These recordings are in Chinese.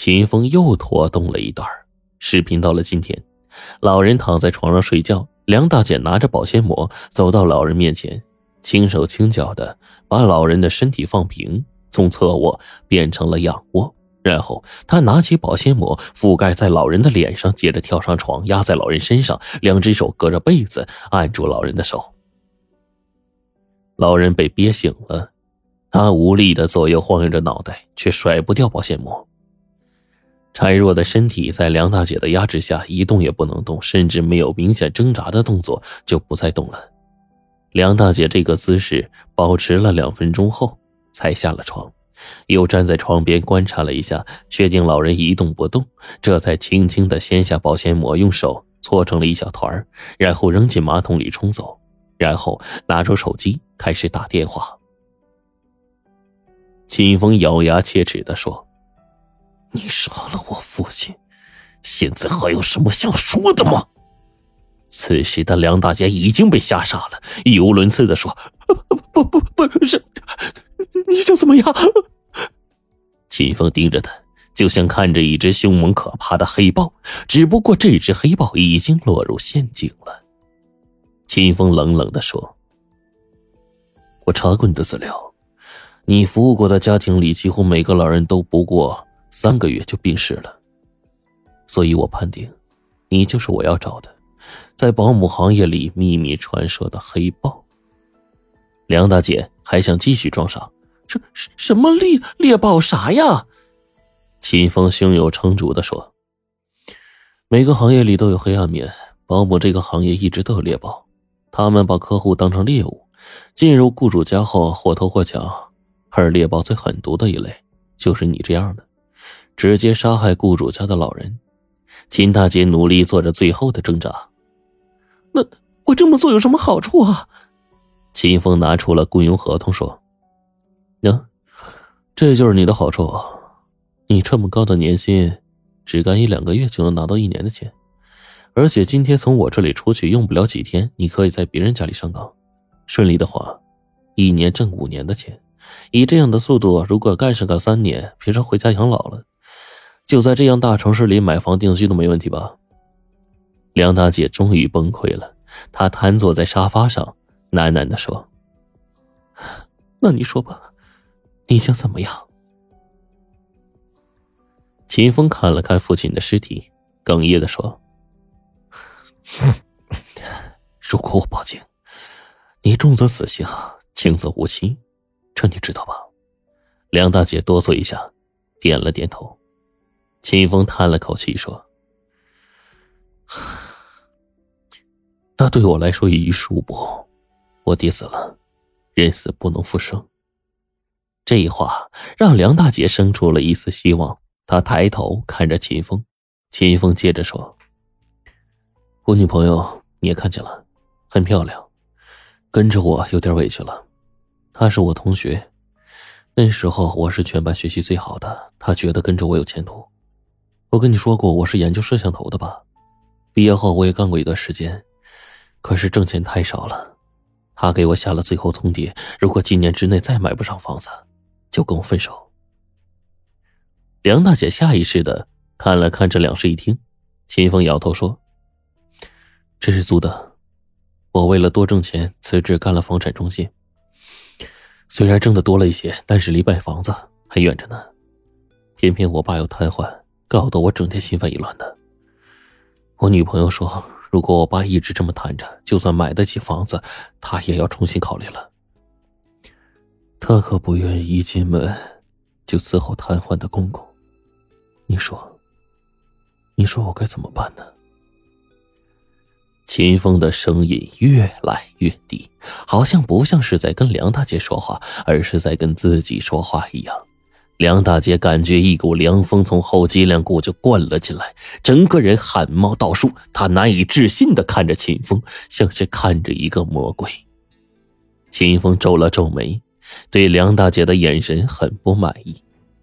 秦风又拖动了一段。视频到了今天，老人躺在床上睡觉，梁大姐拿着保鲜膜走到老人面前，轻手轻脚的把老人的身体放平，从侧卧变成了仰卧，然后她拿起保鲜膜覆盖在老人的脸上，接着跳上床压在老人身上，两只手隔着被子按住老人的手。老人被憋醒了，他无力的左右晃悠着脑袋，却甩不掉保鲜膜。孱弱的身体在梁大姐的压制下一动也不能动，甚至没有明显挣扎的动作就不再动了。梁大姐这个姿势保持了2分钟后才下了床，又站在床边观察了一下，确定老人一动不动，这才轻轻地掀下保鲜膜，用手搓成了一小团，然后扔进马桶里冲走，然后拿出手机开始打电话。秦风咬牙切齿地说：你杀了我父亲，现在还有什么想说的吗？此时的梁大姐已经被吓傻了，语无伦次地说：不是，你想怎么样？秦风盯着他，就像看着一只凶猛可怕的黑豹，只不过这只黑豹已经落入陷阱了。秦风冷冷地说：我查过你的资料，你服务过的家庭里几乎每个老人都不过3个月就病逝了，所以我判定你就是我要找的在保姆行业里秘密传说的黑豹。梁大姐还想继续装傻，什么猎豹啥呀？秦风胸有成竹地说：每个行业里都有黑暗面，保姆这个行业一直都有猎豹，他们把客户当成猎物，进入雇主家后或偷或抢，而猎豹最狠毒的一类就是你这样的，直接杀害雇主家的老人。秦大姐努力做着最后的挣扎。那我这么做有什么好处啊？秦风拿出了雇佣合同说：这就是你的好处，你这么高的年薪，只干1-2个月就能拿到1年的钱，而且今天从我这里出去用不了几天，你可以在别人家里上岗，顺利的话1年挣5年的钱。以这样的速度，如果干上个3年，别说回家养老了，就在这样大城市里买房定居都没问题吧？梁大姐终于崩溃了，她瘫坐在沙发上，喃喃地说：那你说吧，你想怎么样？秦风看了看父亲的尸体，哽咽地说：如果我报警，你重则死刑，轻则无期，这你知道吧？梁大姐哆嗦一下，点了点头。秦风叹了口气说：那对我来说已于事无补，我爹死了，人死不能复生。这话让梁大姐生出了一丝希望，她抬头看着秦风。秦风接着说：我女朋友你也看见了，很漂亮，跟着我有点委屈了。她是我同学，那时候我是全班学习最好的，她觉得跟着我有前途。我跟你说过我是研究摄像头的吧，毕业后我也干过一段时间，可是挣钱太少了。她给我下了最后通牒，如果今年之内再买不上房子，就跟我分手。梁大姐下意识的看了看这两室一厅，秦风摇头说：这是租的，我为了多挣钱辞职干了房产中介，虽然挣得多了一些，但是离买房子还远着呢。偏偏我爸又瘫痪，搞得我整天心烦意乱的。我女朋友说，如果我爸一直这么瘫着，就算买得起房子，她也要重新考虑了。她可不愿意一进门就伺候瘫痪的公公。你说我该怎么办呢？秦风的声音越来越低，好像不像是在跟梁大姐说话，而是在跟自己说话一样。梁大姐感觉一股凉风从后脊梁骨就灌了进来，整个人汗毛倒竖，她难以置信地看着秦风，像是看着一个魔鬼。秦风皱了皱眉，对梁大姐的眼神很不满意。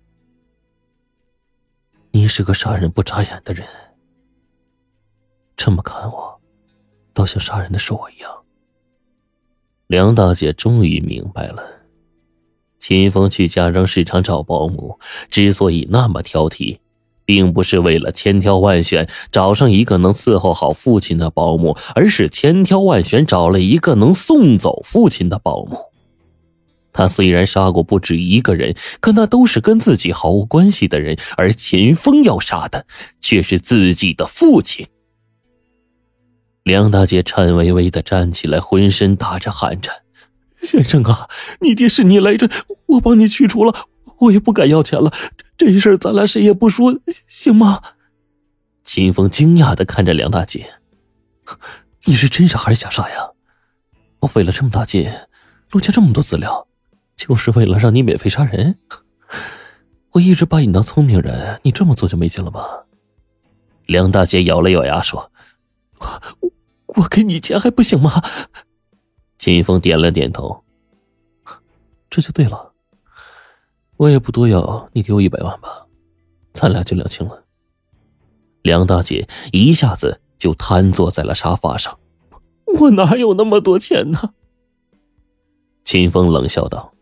你是个杀人不眨眼的人，这么看我，倒像杀人的是我一样。梁大姐终于明白了，秦风去家政市场找保姆之所以那么挑剔， 并不是为了千挑万选找上一个能伺候好父亲的保姆，而是千挑万选找了一个能送走父亲的保姆。他虽然杀过不止一个人，可那都是跟自己毫无关系的人，而秦风要杀的却是自己的父亲。梁大姐颤巍巍地站起来，浑身打着寒颤：“先生啊，你爹是你累赘，我帮你去除了，我也不敢要钱了，这事咱俩谁也不说，行吗？”秦风惊讶地看着梁大姐：“你是真傻还是假傻呀？我费了这么大劲，录下这么多资料，就是为了让你免费杀人？我一直把你当聪明人，你这么做就没劲了吧？”梁大姐咬了咬牙说：“我给你钱还不行吗？”秦风点了点头：“这就对了，我也不多要，你给我100万吧，咱俩就两清了。”梁大姐一下子就瘫坐在了沙发上：“我哪有那么多钱呢？”秦风冷笑道：“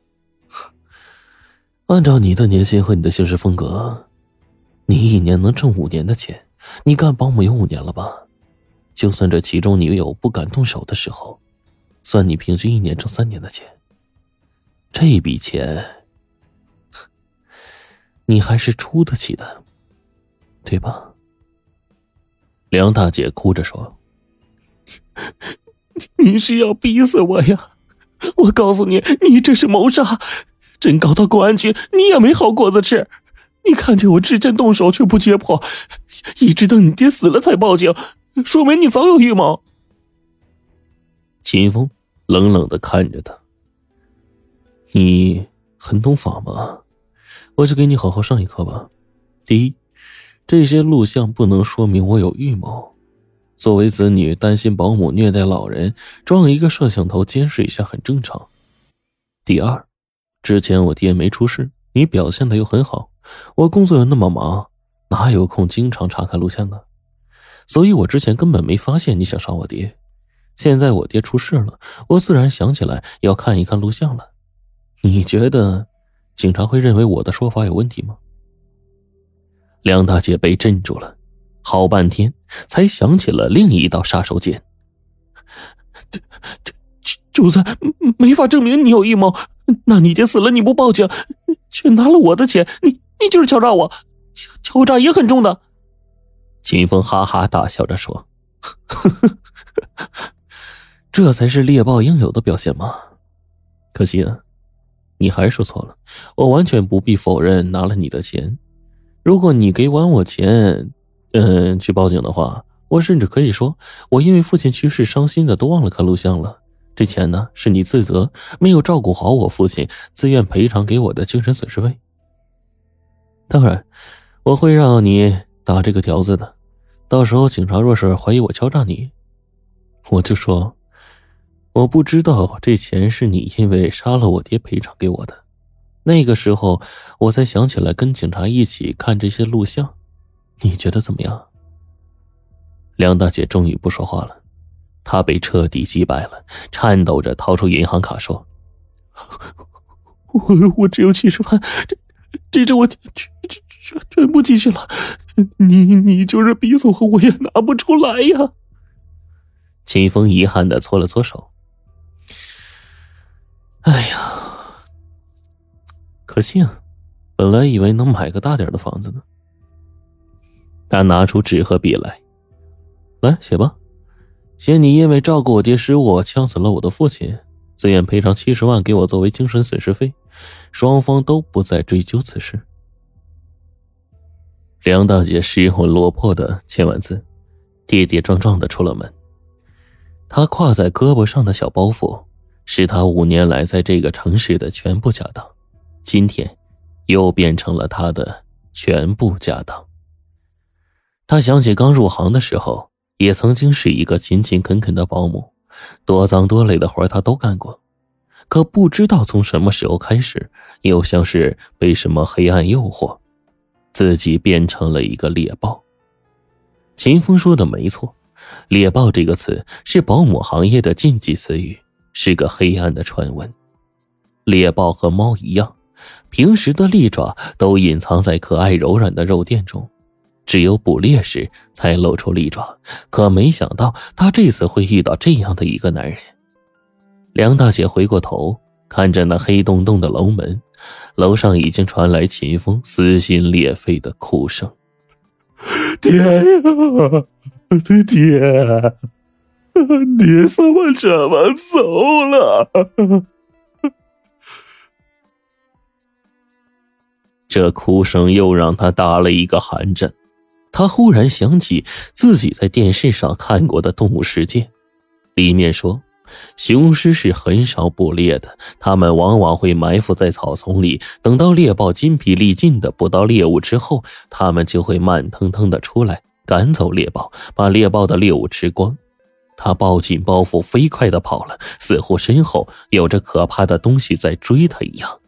按照你的年薪和你的行事风格，你一年能挣5年的钱，你干保姆有5年了吧？就算这其中你有不敢动手的时候，算你平均1年挣3年的钱，这笔钱你还是出得起的，对吧？”梁大姐哭着说：“你是要逼死我呀？我告诉你，你这是谋杀，真搞到公安局你也没好果子吃。你看见我之前动手却不揭破，一直等你爹死了才报警，说明你早有预谋。”秦风冷冷地看着他：“你很懂法吗？我就给你好好上一课吧。第一，这些录像不能说明我有预谋。作为子女，担心保姆虐待老人，装一个摄像头监视一下很正常。第二，之前我爹没出事，你表现得又很好，我工作又那么忙，哪有空经常查看录像呢？所以我之前根本没发现你想杀我爹。现在我爹出事了，我自然想起来要看一看录像了。你觉得警察会认为我的说法有问题吗？”梁大姐被镇住了，好半天才想起了另一道杀手锏。就算没法证明你有预谋，那你爹死了你不报警，却拿了我的钱，你就是敲诈我，敲诈也很重的。秦风哈哈大笑着说：“这才是猎豹应有的表现吗？可惜啊，你还说错了，我完全不必否认拿了你的钱。如果你给完我钱，去报警的话，我甚至可以说，我因为父亲去世伤心的都忘了看录像了。这钱呢，是你自责，没有照顾好我父亲，自愿赔偿给我的精神损失费。当然，我会让你打这个条子的。到时候警察若是怀疑我敲诈你，我就说，我不知道这钱是你因为杀了我爹赔偿给我的。那个时候我才想起来跟警察一起看这些录像，你觉得怎么样？”梁大姐终于不说话了，她被彻底击败了，颤抖着掏出银行卡说：“我只有70万，这我全部积蓄了，你就是逼死我也拿不出来呀。”秦风遗憾地搓了搓手：“哎呀，可惜啊，本来以为能买个大点的房子呢。”他拿出纸和笔来：“来，写吧。写你因为照顾我爹失误枪死了我的父亲，自愿赔偿70万给我作为精神损失费，双方都不再追究此事。”梁大姐失魂落魄的签完字，跌跌撞撞的出了门。她挎在胳膊上的小包袱，是她5年来在这个城市的全部家当，今天又变成了她的全部家当。她想起刚入行的时候，也曾经是一个勤勤恳恳的保姆，多脏多累的活她都干过。可不知道从什么时候开始，又像是被什么黑暗诱惑，自己变成了一个猎豹。秦风说的没错，猎豹这个词是保姆行业的禁忌词语，是个黑暗的传闻。猎豹和猫一样，平时的利爪都隐藏在可爱柔软的肉垫中， 只有捕猎时才露出利爪，可没想到他这次会遇到这样的一个男人。梁大姐回过头看着那黑洞洞的楼门，楼上已经传来秦风撕心裂肺的哭声。爹呀，爹，你怎么这么走了？这哭声又让他打了一个寒战。他忽然想起自己在电视上看过的《动物世界》，里面说雄狮是很少捕猎的，它们往往会埋伏在草丛里，等到猎豹筋疲力尽的捕到猎物之后，它们就会慢腾腾的出来赶走猎豹，把猎豹的猎物吃光。他抱紧包袱飞快地跑了，似乎身后有着可怕的东西在追他一样。